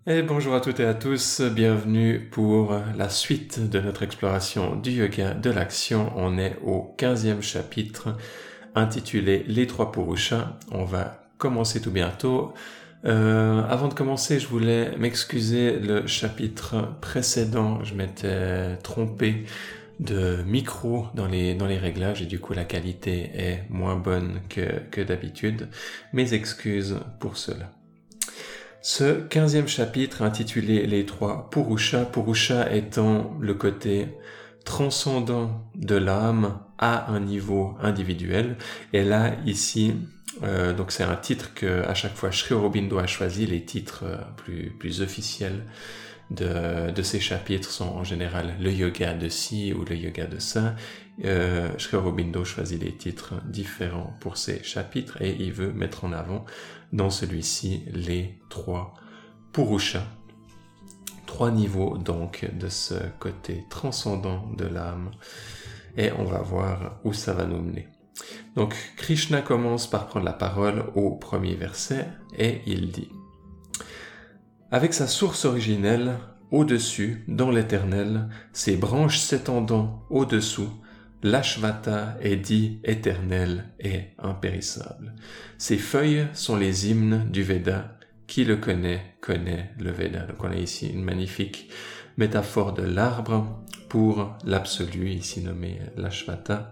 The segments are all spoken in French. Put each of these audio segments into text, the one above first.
Et bonjour à toutes et à tous, bienvenue pour la suite de notre exploration du yoga de l'action. On est au 15e chapitre intitulé Les trois Purushas. On va commencer tout bientôt. Avant de commencer, je voulais m'excuser, le chapitre précédent, je m'étais trompé de micro dans les réglages et du coup la qualité est moins bonne que d'habitude. Mes excuses pour cela. Ce 15e chapitre intitulé Les trois Purushas, Purusha étant le côté transcendant de l'âme à un niveau individuel. Et là, ici, donc c'est un titre que à chaque fois Sri Aurobindo a choisi. Les titres plus officiels de ces chapitres sont en général le yoga de ci ou le yoga de ça. Sri Aurobindo choisit des titres différents pour ces chapitres et il veut mettre en avant dans celui-ci les trois Purushas, trois niveaux donc de ce côté transcendant de l'âme, et on va voir où ça va nous mener. Donc Krishna commence par prendre la parole au premier verset et il dit: avec sa source originelle, au-dessus, dans l'éternel, ses branches s'étendant au-dessous, l'Ashvata est dit éternel et impérissable. Ses feuilles sont les hymnes du Veda. Qui le connaît, connaît le Veda. Donc on a ici une magnifique métaphore de l'arbre pour l'absolu, ici nommé l'Ashvata.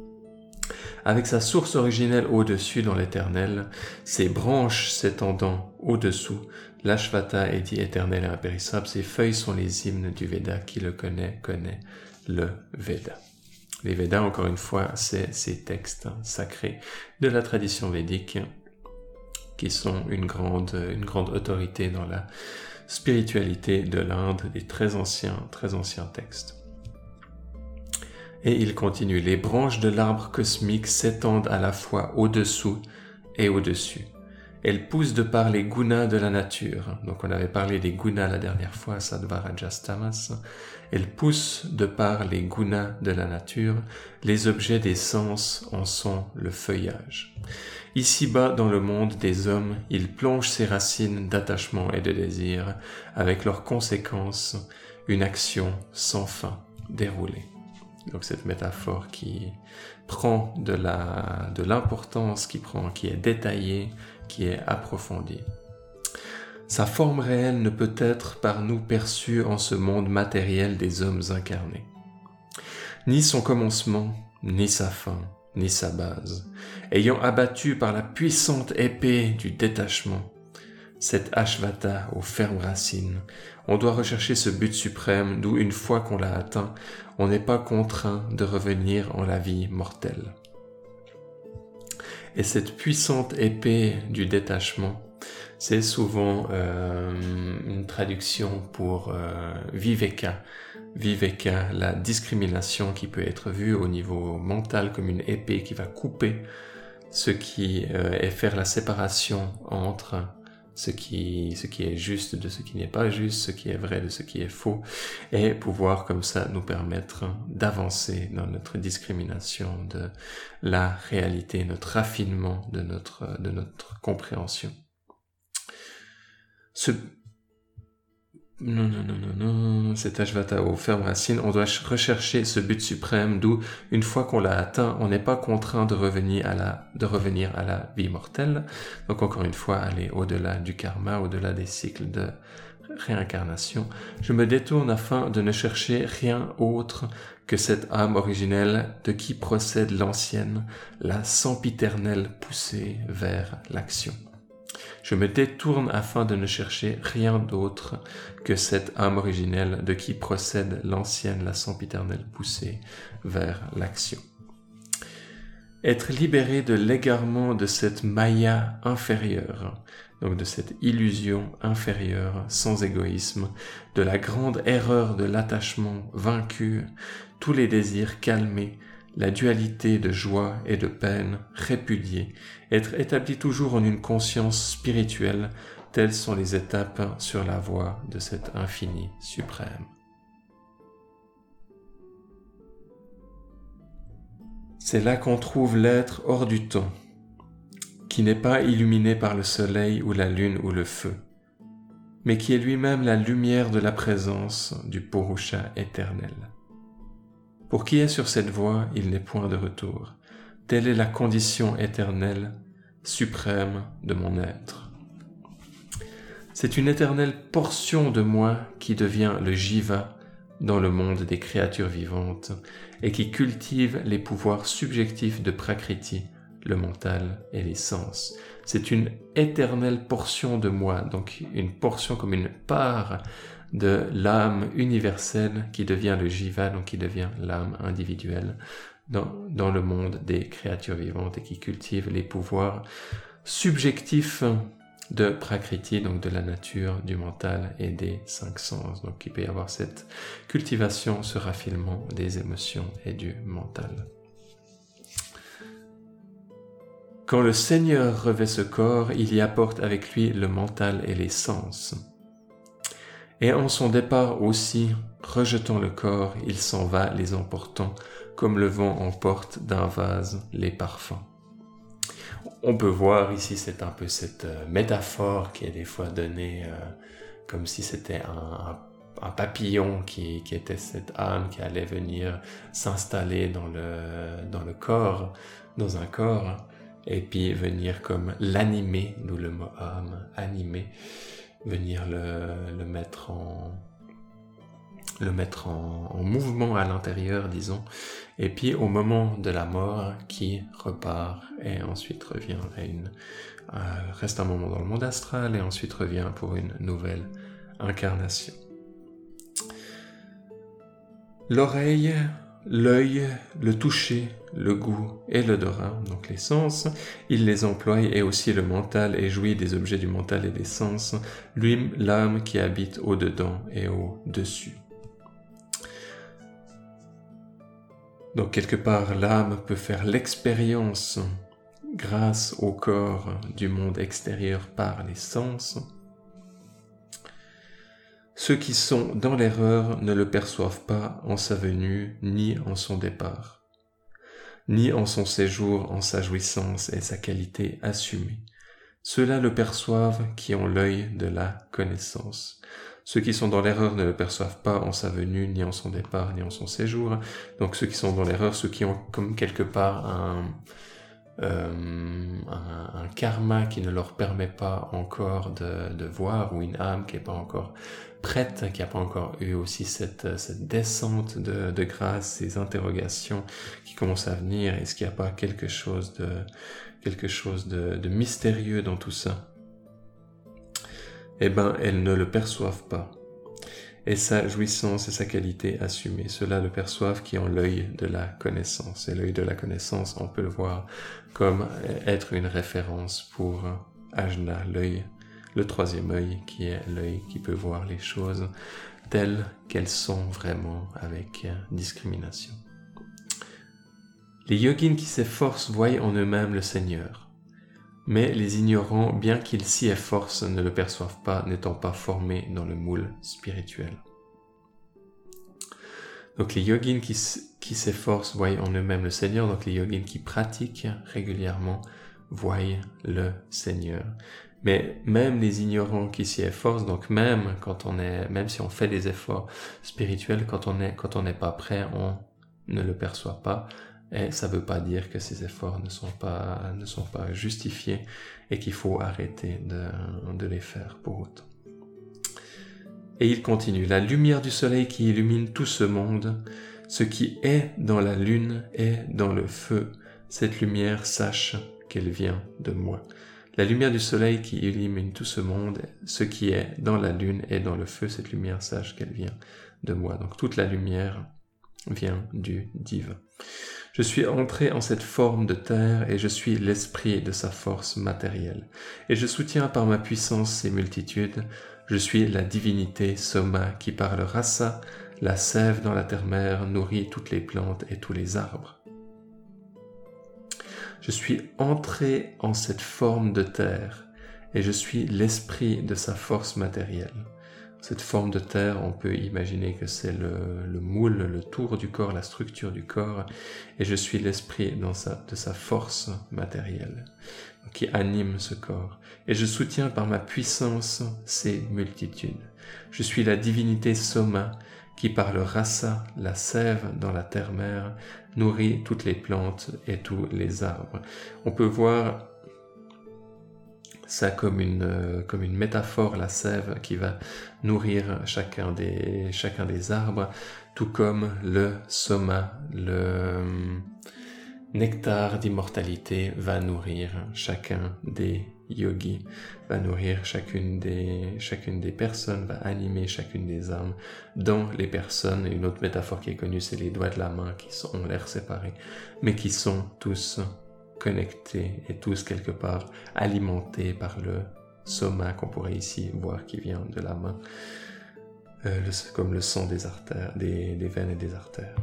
Avec sa source originelle au-dessus dans l'éternel, ses branches s'étendant au-dessous, l'Ashvata est dit éternel et impérissable. Ses feuilles sont les hymnes du Veda. Qui le connaît, connaît le Veda. Les Védas, encore une fois, c'est ces textes sacrés de la tradition védique qui sont une grande autorité dans la spiritualité de l'Inde, des très anciens textes. Et il continue: les branches de l'arbre cosmique s'étendent à la fois au-dessous et au-dessus. Elles poussent de par les gunas de la nature. Donc on avait parlé des gunas la dernière fois, Sattva, Rajas, Tamas. Elles poussent de par les gunas de la nature. Les objets des sens en sont le feuillage. Ici-bas, dans le monde des hommes, ils plongent ces racines d'attachement et de désir, avec leurs conséquences, une action sans fin déroulée. Donc cette métaphore qui prend de l'importance, qui est détaillée, qui est approfondie. Sa forme réelle ne peut être par nous perçue en ce monde matériel des hommes incarnés. Ni son commencement, ni sa fin, ni sa base. Ayant abattu par la puissante épée du détachement cette Ashvata aux fermes racines, on doit rechercher ce but suprême d'où, une fois qu'on l'a atteint, on n'est pas contraint de revenir en la vie mortelle. Et cette puissante épée du détachement, c'est souvent une traduction pour viveka. Viveka, la discrimination qui peut être vue au niveau mental comme une épée qui va couper ce qui est faire la séparation entre ce qui est juste de ce qui n'est pas juste, ce qui est vrai de ce qui est faux, et pouvoir comme ça nous permettre d'avancer dans notre discrimination de la réalité, notre raffinement de notre compréhension. Cet Ashvata aux fermes racines, on doit rechercher ce but suprême d'où, une fois qu'on l'a atteint, on n'est pas contraint de revenir à la vie mortelle. Donc encore une fois, aller au-delà du karma, au-delà des cycles de réincarnation. Je me détourne afin de ne chercher rien autre que cette âme originelle de qui procède l'ancienne, la sempiternelle poussée vers l'action. Je me détourne afin de ne chercher rien d'autre que cette âme originelle de qui procède l'ancienne, la sempiternelle poussée vers l'action. Être libéré de l'égarement de cette maya inférieure, donc de cette illusion inférieure sans égoïsme, de la grande erreur de l'attachement vaincu, tous les désirs calmés, la dualité de joie et de peine répudiée, être établi toujours en une conscience spirituelle, telles sont les étapes sur la voie de cet infini suprême. C'est là qu'on trouve l'être hors du temps, qui n'est pas illuminé par le soleil ou la lune ou le feu. mais qui est lui-même la lumière de la présence du Purusha éternel. Pour qui est sur cette voie, il n'est point de retour. Telle est la condition éternelle, suprême de mon être. C'est une éternelle portion de moi qui devient le Jiva dans le monde des créatures vivantes et qui cultive les pouvoirs subjectifs de Prakriti, le mental et les sens. C'est une éternelle portion de moi, donc une portion comme une part de l'âme universelle qui devient le Jiva, donc qui devient l'âme individuelle dans le monde des créatures vivantes et qui cultive les pouvoirs subjectifs de Prakriti, donc de la nature, du mental et des 5 sens. Donc il peut y avoir cette cultivation, ce raffinement des émotions et du mental. Quand le Seigneur revêt ce corps, il y apporte avec lui le mental et les sens. Et en son départ aussi, rejetant le corps, il s'en va les emportant, comme le vent emporte d'un vase les parfums. On peut voir ici, c'est un peu cette métaphore qui est des fois donnée comme si c'était un papillon qui était cette âme qui allait venir s'installer dans le corps, dans un corps, et puis venir comme l'animer, d'où le mot âme, animer, venir le mettre en mouvement à l'intérieur, disons, et puis au moment de la mort, qui repart et ensuite revient reste un moment dans le monde astral et ensuite revient pour une nouvelle incarnation. L'oreille, l'œil, le toucher, le goût et l'odorat, donc les sens, il les emploie et aussi le mental et jouit des objets du mental et des sens, lui, l'âme qui habite au-dedans et au-dessus. Donc quelque part, l'âme peut faire l'expérience grâce au corps du monde extérieur par les sens. Ceux qui sont dans l'erreur ne le perçoivent pas en sa venue ni en son départ, ni en son séjour, en sa jouissance et sa qualité assumée. Ceux-là le perçoivent qui ont l'œil de la connaissance. Ceux qui sont dans l'erreur ne le perçoivent pas en sa venue, ni en son départ, ni en son séjour. Donc ceux qui sont dans l'erreur, ceux qui ont comme quelque part un karma qui ne leur permet pas encore de voir, ou une âme qui n'est pas encore prête, qui n'a pas encore eu aussi cette descente de grâce, ces interrogations qui commencent à venir. Est-ce qu'il n'y a pas quelque chose de mystérieux dans tout ça? Eh ben, elles ne le perçoivent pas. Et sa jouissance et sa qualité assumée, ceux-là le perçoivent qui ont l'œil de la connaissance. Et l'œil de la connaissance, on peut le voir comme être une référence pour Ajna, l'œil, le troisième œil, qui est l'œil qui peut voir les choses telles qu'elles sont vraiment, avec discrimination. Les yogins qui s'efforcent voient en eux-mêmes le Seigneur. Mais les ignorants, bien qu'ils s'y efforcent, ne le perçoivent pas, n'étant pas formés dans le moule spirituel. Donc les yogins qui s'efforcent voient en eux-mêmes le Seigneur, donc les yogins qui pratiquent régulièrement voient le Seigneur. Mais même les ignorants qui s'y efforcent, donc même si on fait des efforts spirituels, quand on n'est pas prêt, on ne le perçoit pas. Et ça ne veut pas dire que ces efforts ne sont pas justifiés et qu'il faut arrêter de les faire pour autant. Et il continue. La lumière du soleil qui illumine tout ce monde, ce qui est dans la lune est dans le feu. Cette lumière, sache qu'elle vient de moi. La lumière du soleil qui illumine tout ce monde, ce qui est dans la lune est dans le feu. Cette lumière, sache qu'elle vient de moi. Donc toute la lumière vient du divin. Je suis entré en cette forme de terre et je suis l'esprit de sa force matérielle. Et je soutiens par ma puissance ces multitudes. Je suis la divinité Soma qui par le rasa, la sève dans la terre-mère, nourrit toutes les plantes et tous les arbres. Je suis entré en cette forme de terre et je suis l'esprit de sa force matérielle. cette forme de terre, on peut imaginer que c'est le moule, le tour du corps, la structure du corps, et je suis l'esprit de sa force matérielle qui anime ce corps. Et je soutiens par ma puissance ces multitudes. Je suis la divinité Soma qui par le rasa, la sève dans la terre-mère, nourrit toutes les plantes et tous les arbres. On peut voir ça comme une métaphore, la sève qui va nourrir chacun des arbres, tout comme le soma, le nectar d'immortalité va nourrir chacun des yogis, va nourrir chacune des personnes, va animer chacune des âmes dans les personnes. Une autre métaphore qui est connue, c'est les doigts de la main qui ont l'air séparés, mais qui sont tous connectés et tous quelque part alimentés par le soma qu'on pourrait ici voir qui vient de la main, comme le sang des artères, des veines et des artères.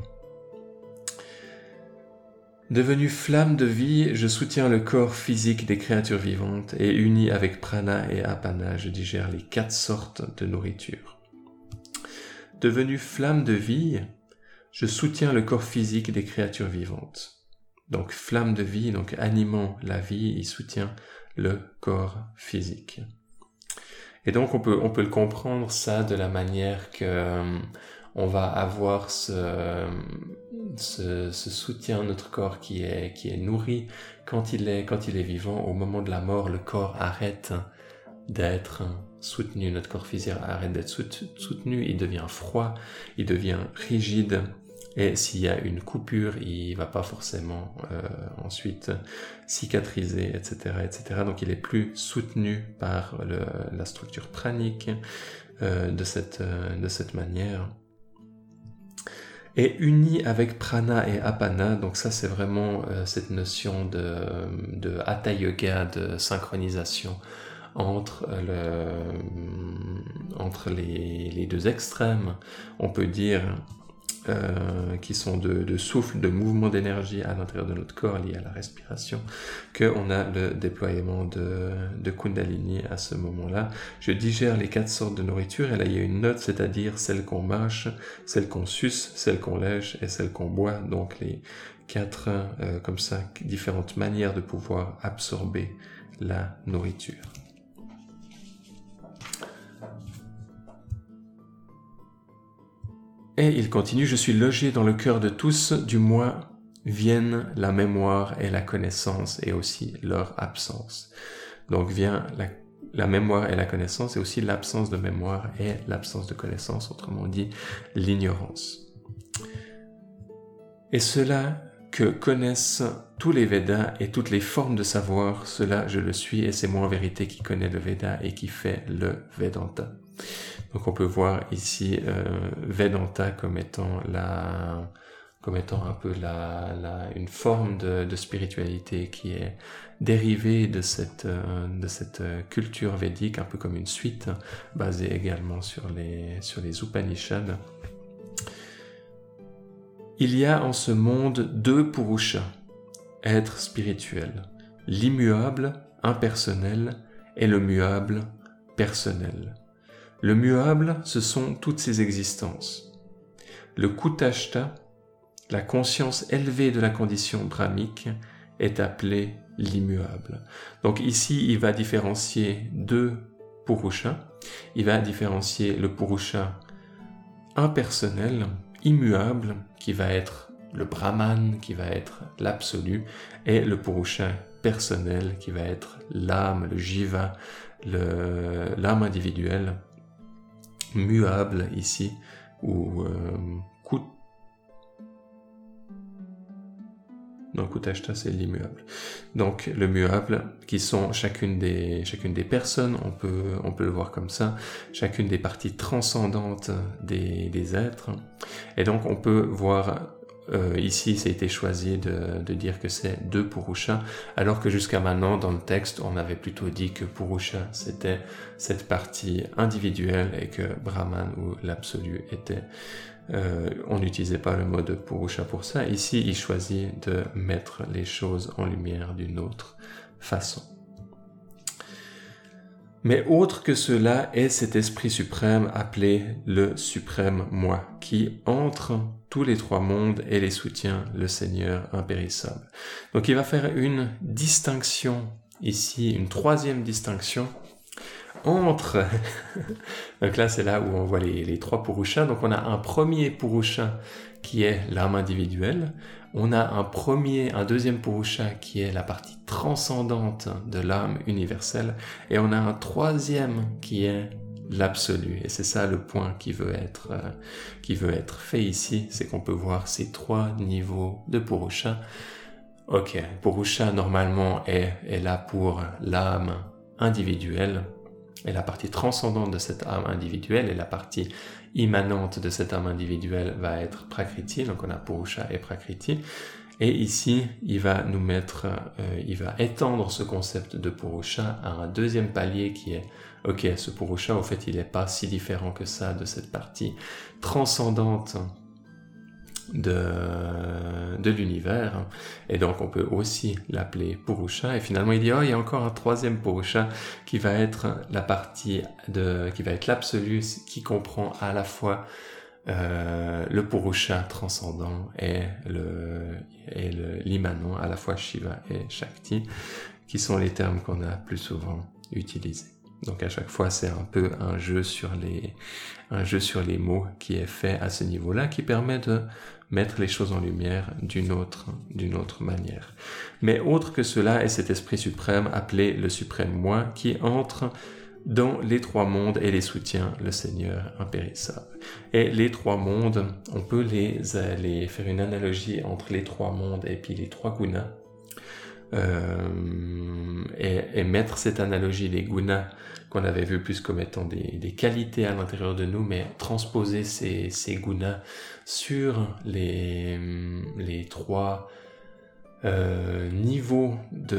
Devenu flamme de vie, je soutiens le corps physique des créatures vivantes et uni avec prana et apana, je digère les 4 sortes de nourriture. Devenu flamme de vie, je soutiens le corps physique des créatures vivantes. Donc flamme de vie, donc animant la vie, il soutient le corps physique. Et donc on peut le comprendre ça de la manière que on va avoir ce soutien à notre corps qui est nourri quand il est vivant. Au moment de la mort, le corps arrête d'être soutenu, notre corps physique arrête d'être soutenu, il devient froid, il devient rigide. Et s'il y a une coupure, il va pas forcément ensuite cicatriser, etc., etc. Donc il est plus soutenu par la structure pranique de cette manière. Et uni avec prana et apana, donc ça c'est vraiment cette notion de hatha yoga, de synchronisation entre les deux extrêmes. On peut dire qui sont de souffle, de mouvement d'énergie à l'intérieur de notre corps lié à la respiration, qu'on a le déploiement de Kundalini à ce moment-là. Je digère les 4 sortes de nourriture, et là il y a une note, c'est-à-dire celle qu'on mâche, celle qu'on suce, celle qu'on lèche et celle qu'on boit, donc les 4 comme ça, différentes manières de pouvoir absorber la nourriture. Et il continue, je suis logé dans le cœur de tous, du moi viennent la mémoire et la connaissance et aussi leur absence. Donc vient la mémoire et la connaissance et aussi l'absence de mémoire et l'absence de connaissance, autrement dit l'ignorance. Et cela que connaissent tous les Védas et toutes les formes de savoir, cela je le suis et c'est moi en vérité qui connais le Véda et qui fait le Vedanta. Donc on peut voir ici Vedanta comme étant un peu une forme de spiritualité qui est dérivée de cette culture védique, un peu comme une suite basée également sur les Upanishads. Il y a en ce monde 2 Purushas, êtres spirituels, l'immuable, impersonnel, et le muable, personnel. Le muable, ce sont toutes ces existences. Le Kutashta, la conscience élevée de la condition brahmique, est appelé l'immuable. Donc ici, il va différencier 2 Purushas. Il va différencier le Purusha impersonnel, immuable, qui va être le Brahman, qui va être l'absolu, et le Purusha personnel, qui va être l'âme, le Jiva, l'âme individuelle, muable ici, ou Kutashta, c'est l'immuable. Donc le muable, qui sont chacune des personnes, on peut le voir comme ça, chacune des parties transcendantes des êtres. Et donc on peut voir ici, ça a été choisi de dire que c'est 2 Purushas, alors que jusqu'à maintenant, dans le texte, on avait plutôt dit que Purusha, c'était cette partie individuelle et que Brahman ou l'absolu était... on n'utilisait pas le mot de Purusha pour ça. Ici, il choisit de mettre les choses en lumière d'une autre façon. Mais autre que cela est cet esprit suprême appelé le suprême moi, qui entre tous les trois mondes et les soutient, le Seigneur impérissable. Donc il va faire une distinction ici, une troisième distinction entre... Donc là c'est là où on voit les trois Purushas. Donc on a un premier Purusha qui est l'âme individuelle. On a un deuxième Purusha qui est la partie transcendante de l'âme universelle, et on a un troisième qui est l'absolu. Et c'est ça le point qui veut être fait ici, c'est qu'on peut voir ces trois niveaux de Purusha. Ok, Purusha normalement est là pour l'âme individuelle, et la partie transcendante de cette âme individuelle et la partie immanente de cette âme individuelle va être Prakriti, donc on a Purusha et Prakriti. Et ici, il va étendre ce concept de Purusha à un deuxième palier qui est, ok, ce Purusha, au fait, il n'est pas si différent que ça de cette partie transcendante de l'univers, et donc on peut aussi l'appeler Purusha. Et finalement il dit il y a encore un troisième Purusha qui va être qui va être l'absolu, qui comprend à la fois le Purusha transcendant et l'immanent, à la fois Shiva et Shakti, qui sont les termes qu'on a plus souvent utilisés. Donc à chaque fois, c'est un peu un jeu sur les mots qui est fait à ce niveau-là, qui permet de mettre les choses en lumière d'une autre manière. Mais autre que cela est cet esprit suprême appelé le suprême moi, qui entre dans les trois mondes et les soutient, le Seigneur impérissable. Et les trois mondes, on peut les faire une analogie entre les trois mondes et puis les trois gunas, et mettre cette analogie des gunas qu'on avait vu plus comme étant des qualités à l'intérieur de nous, mais transposer ces gunas sur les trois niveaux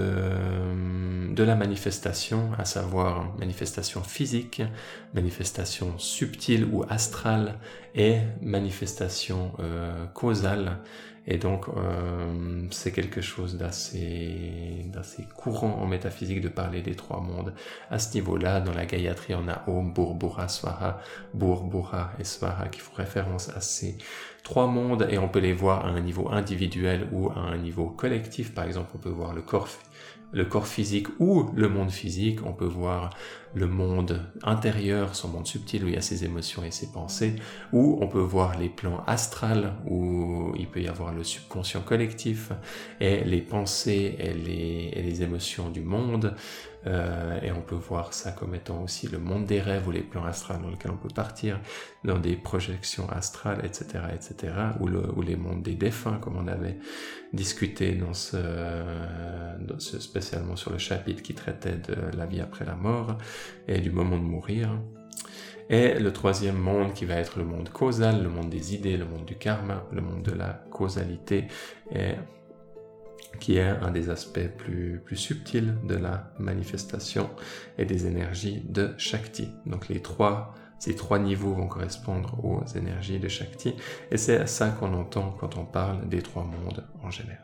de la manifestation, à savoir manifestation physique, manifestation subtile ou astrale et manifestation causale. Et donc, c'est quelque chose d'assez courant en métaphysique de parler des trois mondes. À ce niveau-là, dans la Gayatri, on a Om, Bur, Bura, Swaha, Bur, Bura et Swaha qui font référence à ces trois mondes, et on peut les voir à un niveau individuel ou à un niveau collectif. Par exemple, on peut voir le corps physique ou le monde physique, on peut voir le monde intérieur, son monde subtil où il y a ses émotions et ses pensées, ou on peut voir les plans astrales où il peut y avoir le subconscient collectif et les pensées et les émotions du monde, et on peut voir ça comme étant aussi le monde des rêves ou les plans astrales dans lesquels on peut partir dans des projections astrales, etc., ou les mondes des défunts, comme on avait discuté spécialement sur le chapitre qui traitait de la vie après la mort et du moment de mourir. Et le troisième monde qui va être le monde causal, le monde des idées, le monde du karma, le monde de la causalité, et qui est un des aspects plus subtils de la manifestation et des énergies de Shakti. Donc ces trois niveaux vont correspondre aux énergies de Shakti, et c'est ça qu'on entend quand on parle des trois mondes en général.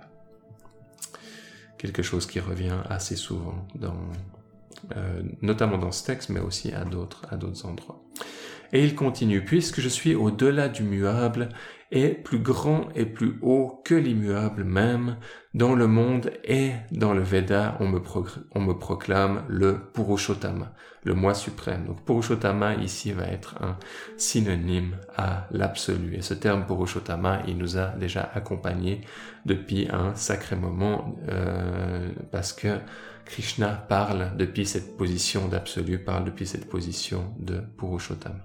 Quelque chose qui revient assez souvent notamment dans ce texte, mais aussi à d'autres endroits. Et il continue, puisque je suis au-delà du muable et plus grand et plus haut que l'immuable même, dans le monde et dans le Veda, on me proclame le Purushottama, le moi suprême. Donc Purushottama ici va être un synonyme à l'absolu. Et ce terme Purushottama, il nous a déjà accompagnés depuis un sacré moment, parce que Krishna parle depuis cette position d'absolu, parle depuis cette position de Purushottama.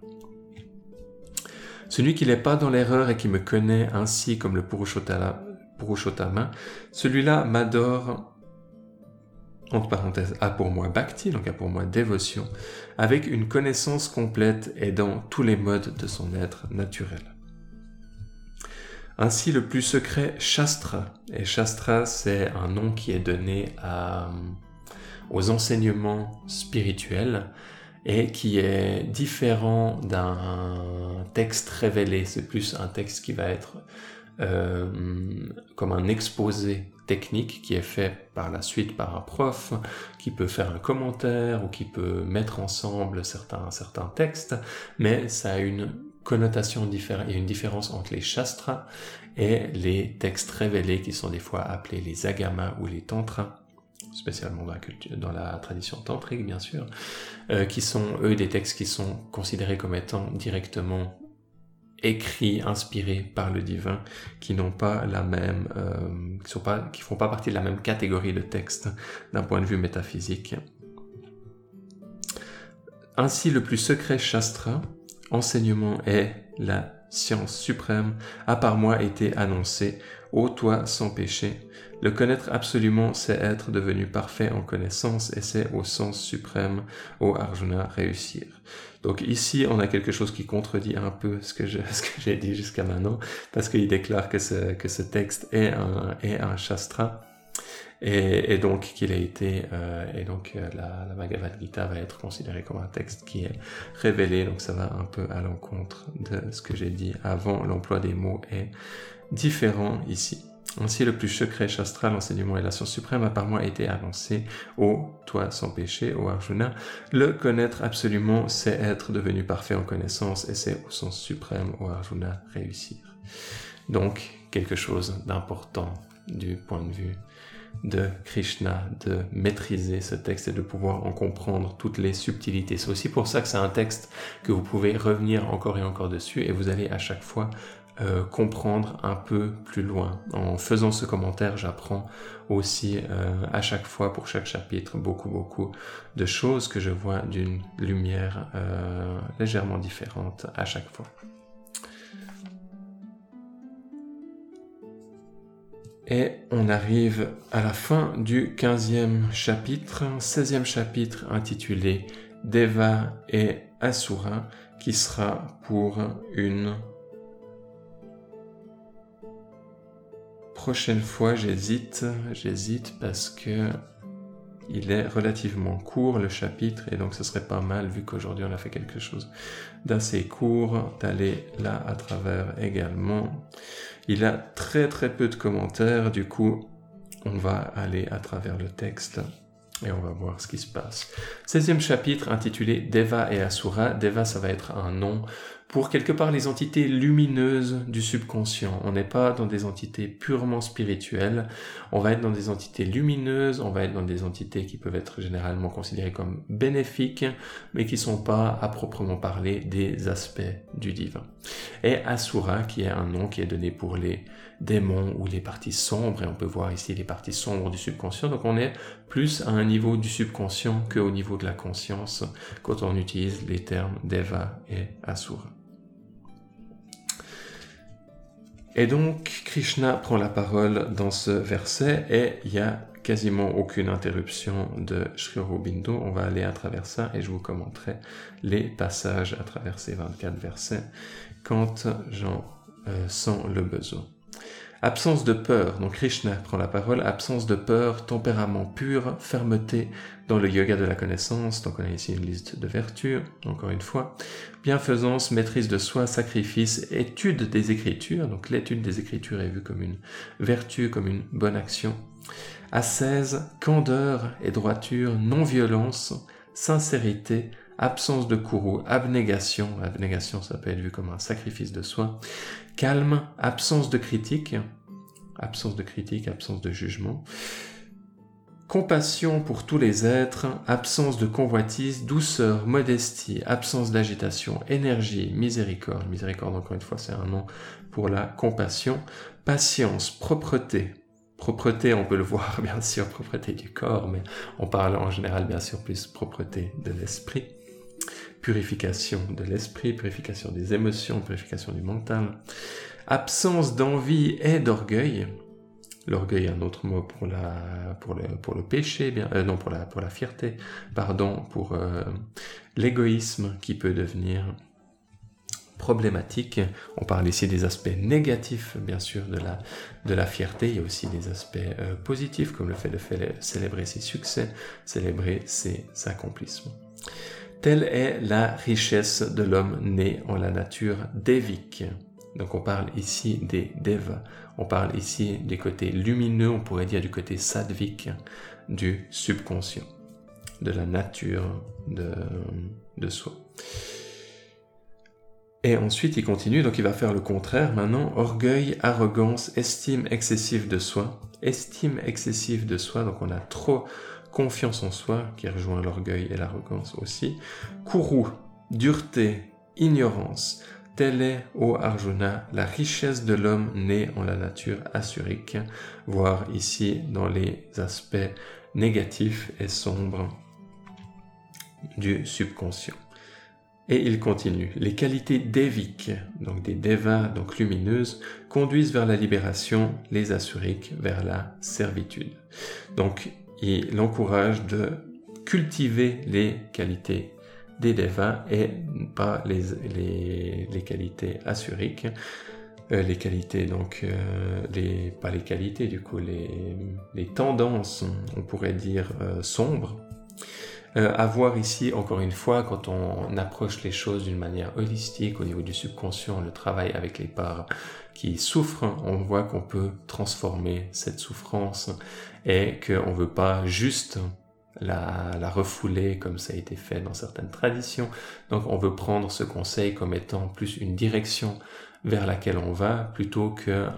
Celui qui n'est pas dans l'erreur et qui me connaît ainsi comme le Purushottama, celui-là m'adore, entre parenthèses, a pour moi bhakti, donc a pour moi dévotion, avec une connaissance complète et dans tous les modes de son être naturel. Ainsi, le plus secret Shastra, et Shastra, c'est un nom qui est donné aux enseignements spirituels et qui est différent d'un texte révélé. C'est plus un texte qui va être comme un exposé technique qui est fait par la suite par un prof, qui peut faire un commentaire ou qui peut mettre ensemble certains textes, mais ça a une connotation différente, il y a une différence entre les shastras et les textes révélés qui sont des fois appelés les agamas ou les tantras, spécialement dans la tradition tantrique bien sûr, qui sont eux des textes qui sont considérés comme étant directement écrits, inspirés par le divin, qui n'ont pas la même, qui font pas partie de la même catégorie de textes d'un point de vue métaphysique. Ainsi, le plus secret shastra, enseignement est la science suprême, a par moi été annoncé, ô toi sans péché. Le connaître absolument, c'est être devenu parfait en connaissance, et c'est au sens suprême, ô Arjuna, réussir. Donc ici, on a quelque chose qui contredit un peu ce que j'ai dit jusqu'à maintenant, parce qu'il déclare que ce texte est un shastra, et donc qu'il a été, la Bhagavad Gita va être considérée comme un texte qui est révélé, donc ça va un peu à l'encontre de ce que j'ai dit avant. L'emploi des mots est différent ici. Ainsi, le plus secret shastra, l'enseignement et la science suprême, a par moi été annoncé, ô toi sans péché, ô Arjuna. Le connaître absolument, c'est être devenu parfait en connaissance, et c'est au sens suprême, ô Arjuna, réussir. Donc, quelque chose d'important du point de vue de Krishna, de maîtriser ce texte et de pouvoir en comprendre toutes les subtilités. C'est aussi pour ça que c'est un texte que vous pouvez revenir encore et encore dessus, et vous allez à chaque fois comprendre un peu plus loin. En faisant ce commentaire, j'apprends aussi à chaque fois, pour chaque chapitre, beaucoup de choses que je vois d'une lumière légèrement différente à chaque fois. Et on arrive à la fin du 15e chapitre, 16e chapitre intitulé Deva et Asura, qui sera pour une prochaine fois. J'hésite parce que il est relativement court le chapitre, et donc ce serait pas mal, vu qu'aujourd'hui on a fait quelque chose d'assez court, d'aller là à travers également. Il a très peu de commentaires, du coup on va aller à travers le texte et on va voir ce qui se passe. 16e chapitre intitulé Deva et Asura. Deva, ça va être un nom pour quelque part les entités lumineuses du subconscient. On n'est pas dans des entités purement spirituelles, on va être dans des entités lumineuses, on va être dans des entités qui peuvent être généralement considérées comme bénéfiques, mais qui ne sont pas à proprement parler des aspects du divin. Et Asura, qui est un nom qui est donné pour les démons ou les parties sombres, et on peut voir ici les parties sombres du subconscient, donc on est plus à un niveau du subconscient qu'au niveau de la conscience quand on utilise les termes Deva et Asura. Et donc, Krishna prend la parole dans ce verset, et il n'y a quasiment aucune interruption de Sri Aurobindo. On va aller à travers ça, et je vous commenterai les passages à travers ces 24 versets quand j'en sens le besoin. Absence de peur, donc Krishna prend la parole, absence de peur, tempérament pur, fermeté dans le yoga de la connaissance, donc on a ici une liste de vertus, encore une fois, bienfaisance, maîtrise de soi, sacrifice, étude des Écritures, donc l'étude des Écritures est vue comme une vertu, comme une bonne action, ascèse, candeur et droiture, non-violence, sincérité, absence de courroux, abnégation ça peut être vu comme un sacrifice de soi, calme, absence de critique, absence de jugement, compassion pour tous les êtres, absence de convoitise, douceur, modestie, absence d'agitation, énergie, miséricorde, encore une fois c'est un nom pour la compassion, patience, propreté, on peut le voir bien sûr, propreté du corps, mais on parle en général bien sûr plus propreté de l'esprit, purification de l'esprit, purification des émotions, purification du mental, absence d'envie et d'orgueil. L'orgueil est un autre mot pour le péché, pour la fierté, pour l'égoïsme qui peut devenir problématique. On parle ici des aspects négatifs, bien sûr, de la fierté. Il y a aussi des aspects positifs, comme le fait de célébrer ses succès, célébrer ses accomplissements. Telle est la richesse de l'homme né en la nature dévique. Donc on parle ici des devas, on parle ici du côté lumineux, on pourrait dire du côté sattvique du subconscient, de la nature de soi. Et ensuite il continue, donc il va faire le contraire maintenant, orgueil, arrogance, estime excessive de soi. Estime excessive de soi, donc on a trop confiance en soi, qui rejoint l'orgueil et l'arrogance aussi. Kuru, dureté, ignorance. Telle est, ô Arjuna, la richesse de l'homme né en la nature asurique, voire ici dans les aspects négatifs et sombres du subconscient. Et il continue. Les qualités déviques, donc des devas, donc lumineuses, conduisent vers la libération, les asuriques vers la servitude. Donc il encourage de cultiver les qualités des devas et pas les qualités asuriques. Les qualités, donc, pas les qualités, du coup, les tendances, on pourrait dire, sombres. À voir ici, encore une fois, quand on approche les choses d'une manière holistique, au niveau du subconscient, le travail avec les parts qui souffrent, on voit qu'on peut transformer cette souffrance et qu'on ne veut pas juste la refouler comme ça a été fait dans certaines traditions. Donc on veut prendre ce conseil comme étant plus une direction vers laquelle on va plutôt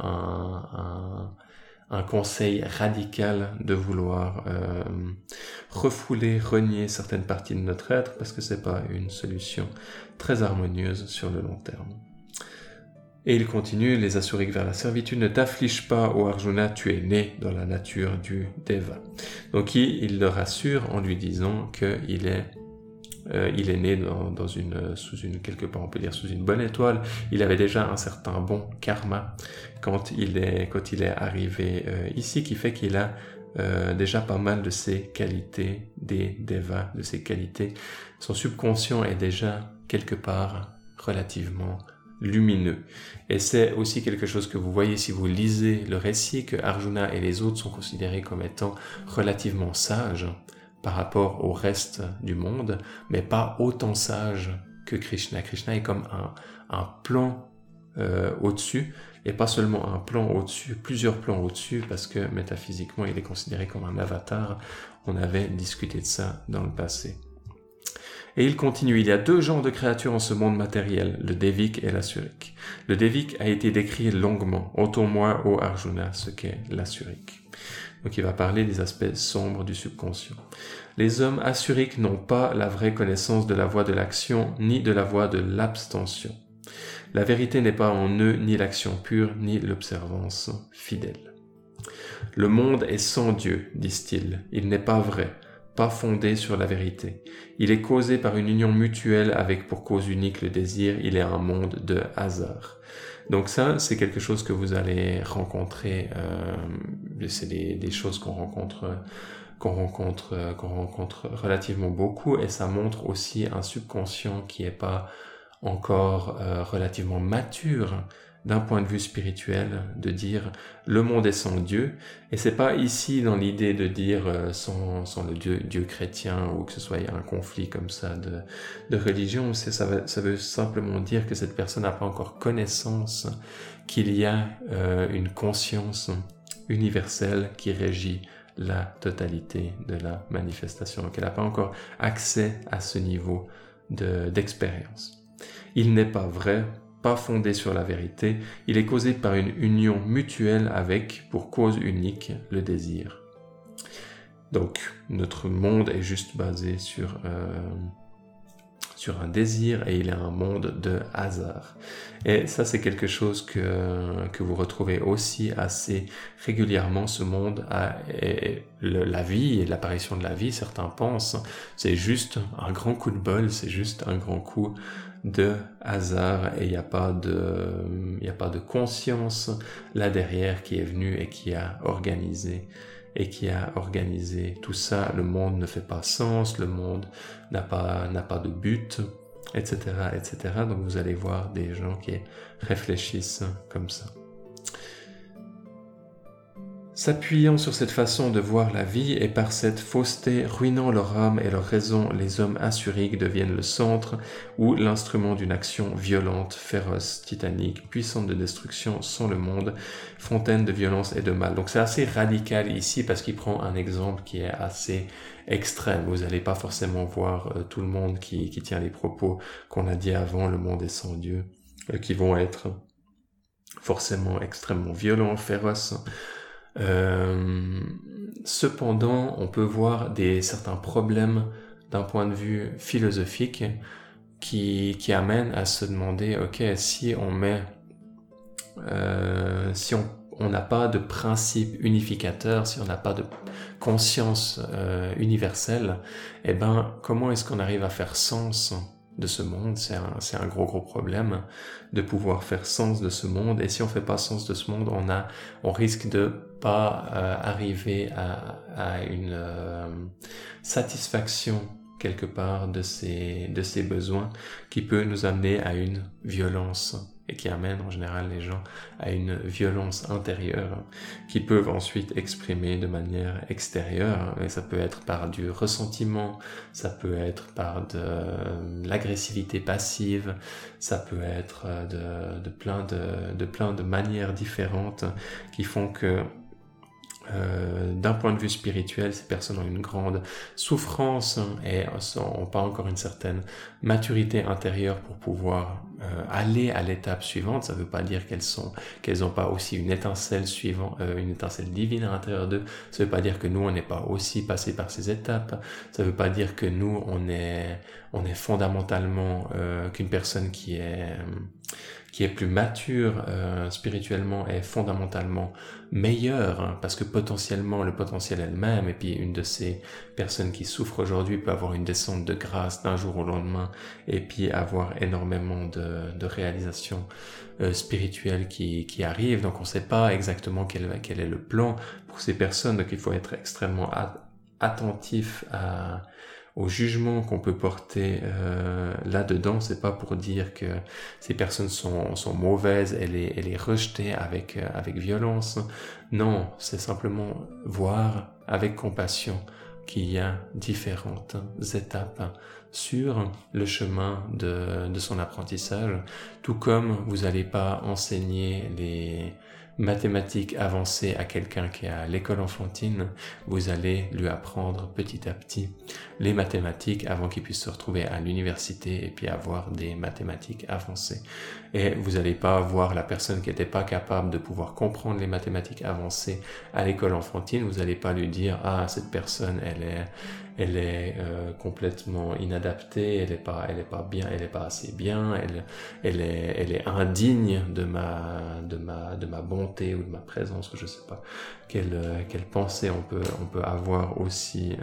qu'un conseil radical de vouloir refouler, renier certaines parties de notre être parce que c'est pas une solution très harmonieuse sur le long terme. Et il continue, les asuriques vers la servitude, ne t'afflige pas, ô Arjuna, tu es né dans la nature du Deva. Donc il le rassure en lui disant qu'il est né sous une quelque part on peut dire sous une bonne étoile. Il avait déjà un certain bon karma quand il est arrivé ici, qui fait qu'il a déjà pas mal de ses qualités des devas, de ses qualités. Son subconscient est déjà quelque part relativement lumineux. Et c'est aussi quelque chose que vous voyez si vous lisez le récit, que Arjuna et les autres sont considérés comme étant relativement sages par rapport au reste du monde, mais pas autant sages que Krishna. Krishna est comme un plan au-dessus, et pas seulement un plan au-dessus, plusieurs plans au-dessus, parce que métaphysiquement il est considéré comme un avatar. On avait discuté de ça dans le passé. Et il continue, il y a deux genres de créatures en ce monde matériel, le Devik et l'Asurik. Le Devik a été décrit longuement. Ôtons-moi, ô Arjuna, ce qu'est l'Asurik. Donc il va parler des aspects sombres du subconscient. Les hommes asuriques n'ont pas la vraie connaissance de la voie de l'action, ni de la voie de l'abstention. La vérité n'est pas en eux, ni l'action pure, ni l'observance fidèle. Le monde est sans Dieu, disent-ils. Il n'est pas vrai, pas fondé sur la vérité. Il est causé par une union mutuelle avec pour cause unique le désir. Il est un monde de hasard. Donc ça, c'est quelque chose que vous allez rencontrer. C'est des choses qu'on rencontre relativement beaucoup, et ça montre aussi un subconscient qui est pas encore relativement mature d'un point de vue spirituel, de dire le monde est sans Dieu, et c'est pas ici dans l'idée de dire sans le Dieu chrétien, ou que ce soit un conflit comme ça de religion. Ça veut simplement dire que cette personne n'a pas encore connaissance qu'il y a une conscience universelle qui régit la totalité de la manifestation, donc elle n'a pas encore accès à ce niveau d'expérience. Il n'est pas vrai, pas fondé sur la vérité, il est causé par une union mutuelle avec, pour cause unique, le désir. Donc, notre monde est juste basé sur un désir, et il est un monde de hasard. Et ça, c'est quelque chose que vous retrouvez aussi assez régulièrement. Ce monde la vie et l'apparition de la vie, certains pensent, c'est juste un grand coup de bol, c'est juste un grand coup de hasard, et il n'y a pas de conscience là derrière qui est venue et qui a organisé tout ça. Le monde ne fait pas sens, le monde n'a pas de but, etc., etc. Donc vous allez voir des gens qui réfléchissent comme ça. S'appuyant sur cette façon de voir la vie et par cette fausseté, ruinant leur âme et leur raison, les hommes assuriques deviennent le centre ou l'instrument d'une action violente, féroce, titanique, puissante de destruction sans le monde, fontaine de violence et de mal. Donc c'est assez radical ici parce qu'il prend un exemple qui est assez extrême. Vous n'allez pas forcément voir tout le monde qui tient les propos qu'on a dit avant, le monde est sans Dieu, qui vont être forcément extrêmement violents, féroces. Cependant, on peut voir certains problèmes d'un point de vue philosophique qui amènent à se demander, ok, si on n'a pas de principe unificateur, si on n'a pas de conscience universelle, eh ben, comment est-ce qu'on arrive à faire sens de ce monde? C'est un gros problème de pouvoir faire sens de ce monde, et si on fait pas sens de ce monde, on risque de pas arriver à une satisfaction quelque part de ces besoins qui peut nous amener à une violence et qui amène en général les gens à une violence intérieure qui peuvent ensuite exprimer de manière extérieure, et ça peut être par du ressentiment, ça peut être par de l'agressivité passive, ça peut être de plein de manières différentes qui font que d'un point de vue spirituel, ces personnes ont une grande souffrance et n'ont pas encore une certaine maturité intérieure pour pouvoir aller à l'étape suivante. Ça ne veut pas dire qu'elles n'ont pas aussi une étincelle divine à l'intérieur d'eux. Ça ne veut pas dire que nous, on n'est pas aussi passé par ces étapes. Ça ne veut pas dire que nous, on est fondamentalement qu'une personne qui est plus mature spirituellement est fondamentalement meilleure, hein, parce que potentiellement le potentiel est le même, et puis une de ces personnes qui souffrent aujourd'hui peut avoir une descente de grâce d'un jour au lendemain, et puis avoir énormément de réalisations spirituelles qui arrivent. Donc on ne sait pas exactement quel est le plan pour ces personnes, donc il faut être extrêmement attentif au jugement qu'on peut porter là-dedans. C'est pas pour dire que ces personnes sont mauvaises et les rejeter avec violence. Non, c'est simplement voir avec compassion qu'il y a différentes étapes sur le chemin de son apprentissage, tout comme vous n'allez pas enseigner les mathématiques avancées à quelqu'un qui est à l'école enfantine, vous allez lui apprendre petit à petit les mathématiques avant qu'il puisse se retrouver à l'université et puis avoir des mathématiques avancées. Et vous n'allez pas voir la personne qui n'était pas capable de pouvoir comprendre les mathématiques avancées à l'école enfantine, vous n'allez pas lui dire « Ah, cette personne, elle est complètement inadaptée, elle est pas bien, elle est pas assez bien, elle est indigne de ma bonté ou de ma présence, je sais pas quelle pensée on peut avoir aussi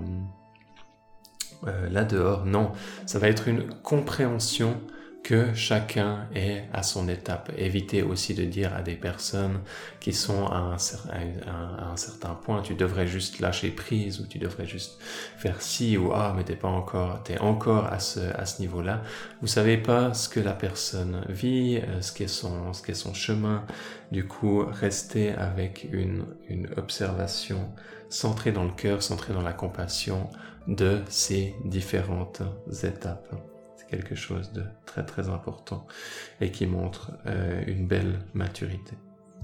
là dehors. Non, ça va être une compréhension que chacun est à son étape. Évitez aussi de dire à des personnes qui sont à un certain point, tu devrais juste lâcher prise, ou tu devrais juste faire ci, ou ah, mais t'es encore à ce niveau-là. Vous savez pas ce que la personne vit, ce qu'est son chemin. Du coup, restez avec une observation centrée dans le cœur, centrée dans la compassion de ces différentes étapes. Quelque chose de très très important et qui montre une belle maturité.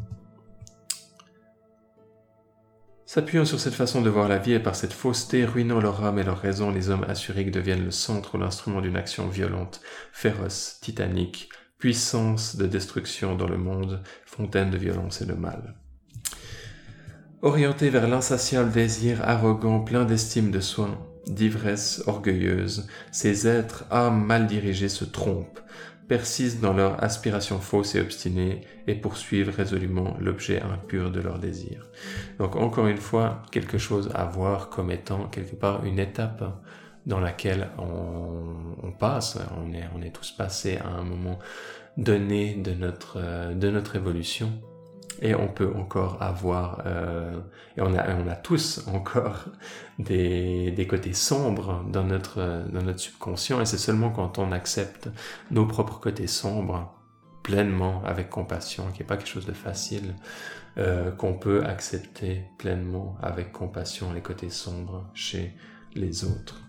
S'appuyant sur cette façon de voir la vie et par cette fausseté, ruinant leur âme et leur raison, les hommes assuriques deviennent le centre ou l'instrument d'une action violente, féroce, titanique, puissance de destruction dans le monde, fontaine de violence et de mal. Orientés vers l'insatiable désir arrogant, plein d'estime de soi, d'ivresse orgueilleuse, ces êtres, âmes mal dirigées, se trompent, persistent dans leur aspiration fausse et obstinée et poursuivent résolument l'objet impur de leur désir. Donc encore une fois, quelque chose à voir comme étant quelque part une étape dans laquelle on passe, on est tous passés à un moment donné de notre évolution. Et on peut encore avoir, et on a tous encore des côtés sombres dans notre subconscient, et c'est seulement quand on accepte nos propres côtés sombres pleinement avec compassion, qui n'est pas quelque chose de facile, qu'on peut accepter pleinement avec compassion les côtés sombres chez les autres.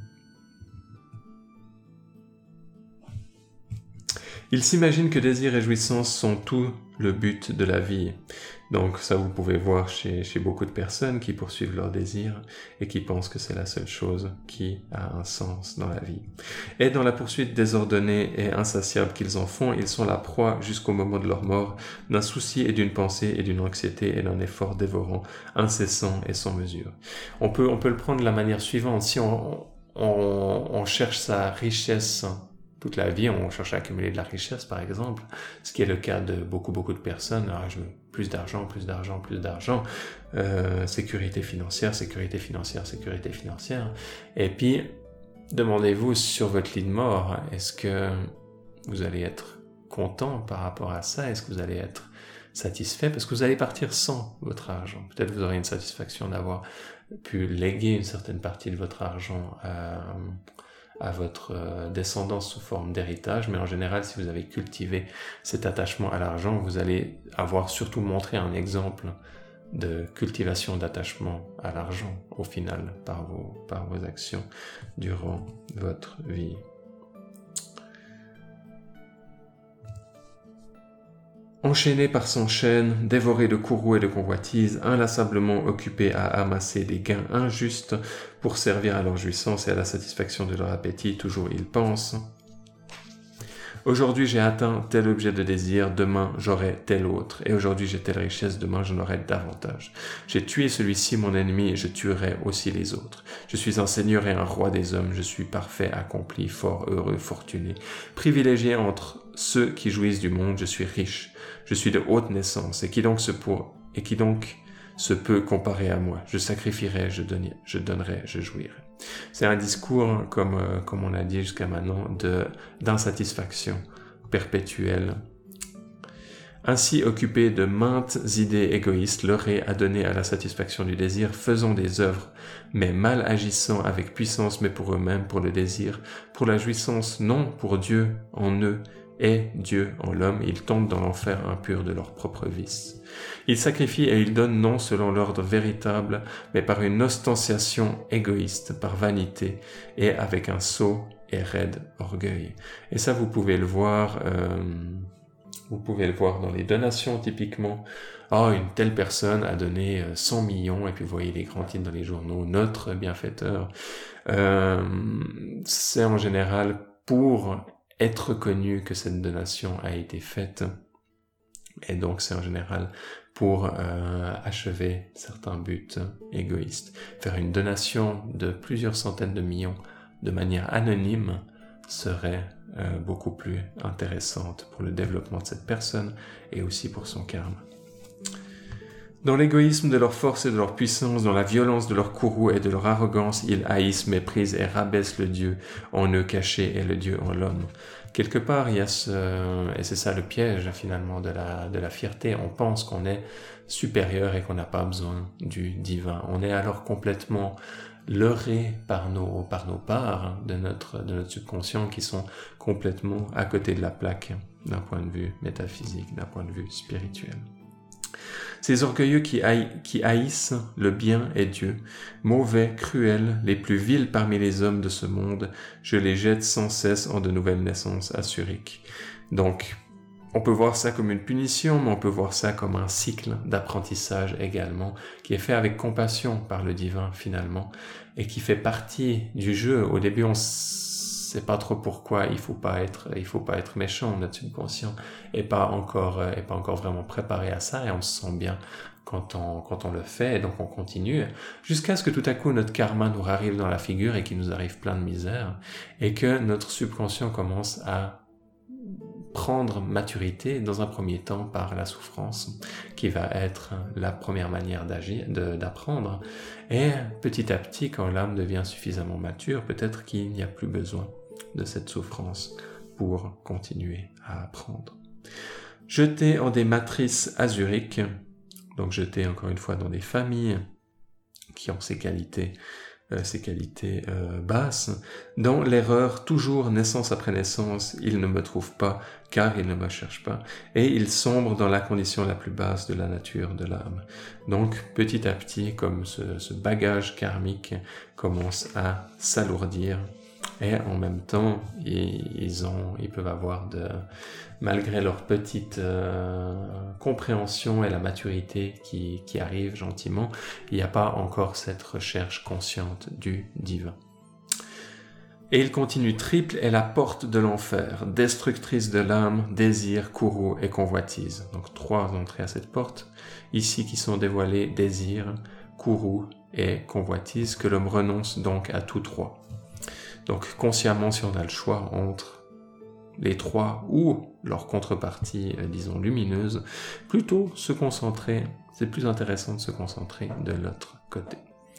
Il s'imagine que désir et jouissance sont tout le but de la vie. Donc ça, vous pouvez voir chez beaucoup de personnes qui poursuivent leur désir et qui pensent que c'est la seule chose qui a un sens dans la vie. Et dans la poursuite désordonnée et insatiable qu'ils en font, ils sont la proie jusqu'au moment de leur mort d'un souci et d'une pensée et d'une anxiété et d'un effort dévorant, incessant et sans mesure. On peut le prendre de la manière suivante. Si on cherche sa richesse toute la vie, on cherche à accumuler de la richesse, par exemple, ce qui est le cas de beaucoup de personnes. Je veux plus d'argent, sécurité financière. Et puis, demandez-vous sur votre lit de mort, est-ce que vous allez être content par rapport à ça? Est-ce que vous allez être satisfait? Parce que vous allez partir sans votre argent. Peut-être vous aurez une satisfaction d'avoir pu léguer une certaine partie de votre argent à votre descendance sous forme d'héritage, mais en général, si vous avez cultivé cet attachement à l'argent, vous allez avoir surtout montré un exemple de cultivation d'attachement à l'argent, au final, par vos actions durant votre vie. Enchaîné par son chêne, dévoré de courroux et de convoitises, inlassablement occupés à amasser des gains injustes pour servir à leur jouissance et à la satisfaction de leur appétit, toujours ils pensent. Aujourd'hui j'ai atteint tel objet de désir, demain j'aurai tel autre, et aujourd'hui j'ai telle richesse, demain j'en aurai davantage. J'ai tué celui-ci mon ennemi et je tuerai aussi les autres. Je suis un seigneur et un roi des hommes, je suis parfait, accompli, fort, heureux, fortuné. Privilégié entre ceux qui jouissent du monde, je suis riche. Je suis de haute naissance, et qui donc se peut comparer à moi? Je sacrifierai, je donnerai, je jouirai. C'est un discours, comme on a dit jusqu'à maintenant, d'insatisfaction perpétuelle. Ainsi occupés de maintes idées égoïstes, leurrés à donner à la satisfaction du désir, faisant des œuvres, mais mal agissant avec puissance, mais pour eux-mêmes, pour le désir, pour la jouissance, non pour Dieu en eux, et Dieu en l'homme, ils tombent dans l'enfer impur de leur propre vice. Ils sacrifient et ils donnent non selon l'ordre véritable, mais par une ostentation égoïste, par vanité, et avec un sot et raide orgueil. Et ça, vous pouvez le voir dans les donations typiquement. Une telle personne a donné 100 millions, et puis vous voyez les grands titres dans les journaux, notre bienfaiteur. C'est en général pour être connu que cette donation a été faite, et donc c'est en général pour achever certains buts égoïstes. Faire une donation de plusieurs centaines de millions de manière anonyme serait beaucoup plus intéressante pour le développement de cette personne et aussi pour son karma. Dans l'égoïsme de leur force et de leur puissance, dans la violence de leur courroux et de leur arrogance, ils haïssent, méprisent et rabaissent le Dieu en eux caché et le Dieu en l'homme. Quelque part, il y a et c'est ça le piège finalement de la fierté. On pense qu'on est supérieur et qu'on n'a pas besoin du divin. On est alors complètement leurré par nos parts de notre subconscient qui sont complètement à côté de la plaque d'un point de vue métaphysique, d'un point de vue spirituel. Ces orgueilleux qui haïssent le bien et Dieu, mauvais, cruels, les plus vils parmi les hommes de ce monde, je les jette sans cesse en de nouvelles naissances assyriques. Donc, on peut voir ça comme une punition, mais on peut voir ça comme un cycle d'apprentissage également, qui est fait avec compassion par le divin finalement, et qui fait partie du jeu. Au début, on sait pas trop pourquoi il faut pas être méchant, notre subconscient est pas encore vraiment préparé à ça, et on se sent bien quand on le fait, et donc on continue, jusqu'à ce que tout à coup notre karma nous arrive dans la figure et qu'il nous arrive plein de misère, et que notre subconscient commence à prendre maturité dans un premier temps par la souffrance, qui va être la première manière d'apprendre, et petit à petit, quand l'âme devient suffisamment mature, peut-être qu'il n'y a plus besoin de cette souffrance pour continuer à apprendre. Jeté en des matrices azuriques, donc jeté encore une fois dans des familles qui ont ces qualités ses qualités basses. Dans l'erreur, toujours naissance après naissance, il ne me trouve pas, car il ne me cherche pas, et il sombre dans la condition la plus basse de la nature de l'âme. Donc, petit à petit, comme ce bagage karmique commence à s'alourdir, et en même temps, ils peuvent avoir malgré leur petite compréhension et la maturité qui arrive gentiment, il n'y a pas encore cette recherche consciente du divin. Et il continue, triple est la porte de l'enfer, destructrice de l'âme, désir, courroux et convoitise. Donc 3 entrées à cette porte, ici qui sont dévoilées, désir, courroux et convoitise, que l'homme renonce donc à tous 3. Donc consciemment, si on a le choix entre les 3 ou leur contrepartie, disons lumineuse, plutôt se concentrer, c'est plus intéressant de se concentrer de l'autre côté.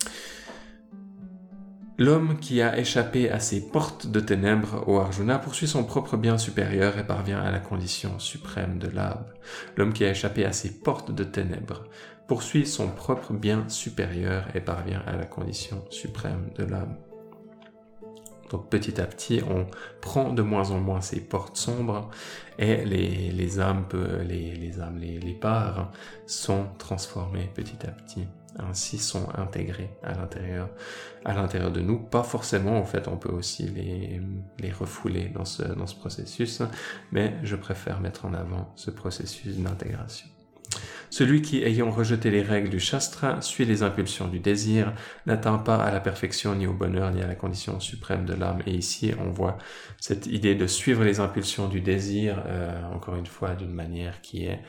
L'homme qui a échappé à ces portes de ténèbres, ô Arjuna, poursuit son propre bien supérieur et parvient à la condition suprême de l'âme. L'homme qui a échappé à ces portes de ténèbres poursuit son propre bien supérieur et parvient à la condition suprême de l'âme. Donc petit à petit, on prend de moins en moins ces portes sombres et les âmes, les parts sont transformées petit à petit. Ainsi sont intégrés à l'intérieur de nous. Pas forcément, en fait, on peut aussi les refouler dans ce processus, mais je préfère mettre en avant ce processus d'intégration. Celui qui, ayant rejeté les règles du Shastra, suit les impulsions du désir, n'atteint pas à la perfection, ni au bonheur, ni à la condition suprême de l'âme. Et ici, on voit cette idée de suivre les impulsions du désir, encore une fois, d'une manière qui est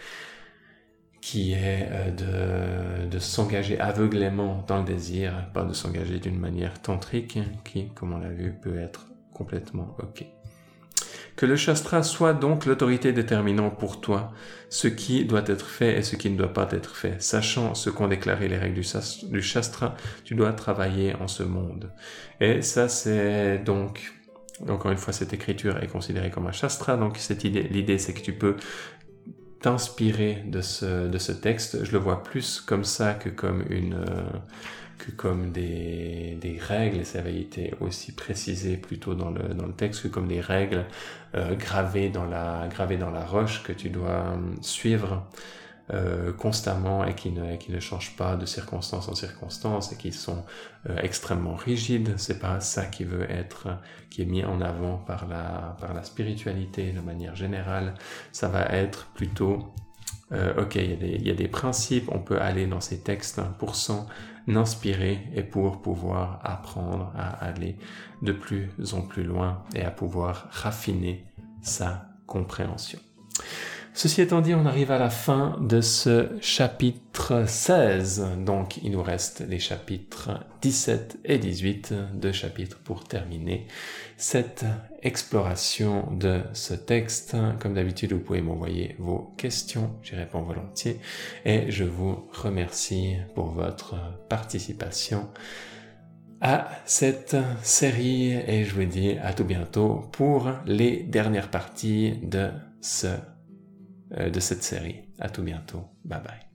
de s'engager aveuglément dans le désir, pas de s'engager d'une manière tantrique, qui, comme on l'a vu, peut être complètement ok. Que le Shastra soit donc l'autorité déterminant pour toi, ce qui doit être fait et ce qui ne doit pas être fait. Sachant ce qu'ont déclaré les règles du Shastra, tu dois travailler en ce monde. Et ça, c'est donc, encore une fois, cette écriture est considérée comme un Shastra, donc l'idée c'est que tu peux t'inspirer de ce texte. Je le vois plus comme ça que comme des règles, et ça avait été aussi précisé plutôt dans le texte, que comme des règles gravées dans la roche que tu dois suivre constamment et qui ne changent pas de circonstance en circonstance et qui sont extrêmement rigides. C'est pas ça qui est mis en avant par la spiritualité de manière générale. Ça va être plutôt ok, il y a des principes, on peut aller dans ces textes pour s'en inspirer et pour pouvoir apprendre à aller de plus en plus loin et à pouvoir raffiner sa compréhension. Ceci étant dit, on arrive à la fin de ce chapitre 16, donc il nous reste les chapitres 17 et 18, 2 chapitres pour terminer cette exploration de ce texte. Comme d'habitude, vous pouvez m'envoyer vos questions, j'y réponds volontiers, et je vous remercie pour votre participation à cette série, et je vous dis à tout bientôt pour les dernières parties de cette série. À tout bientôt. Bye bye.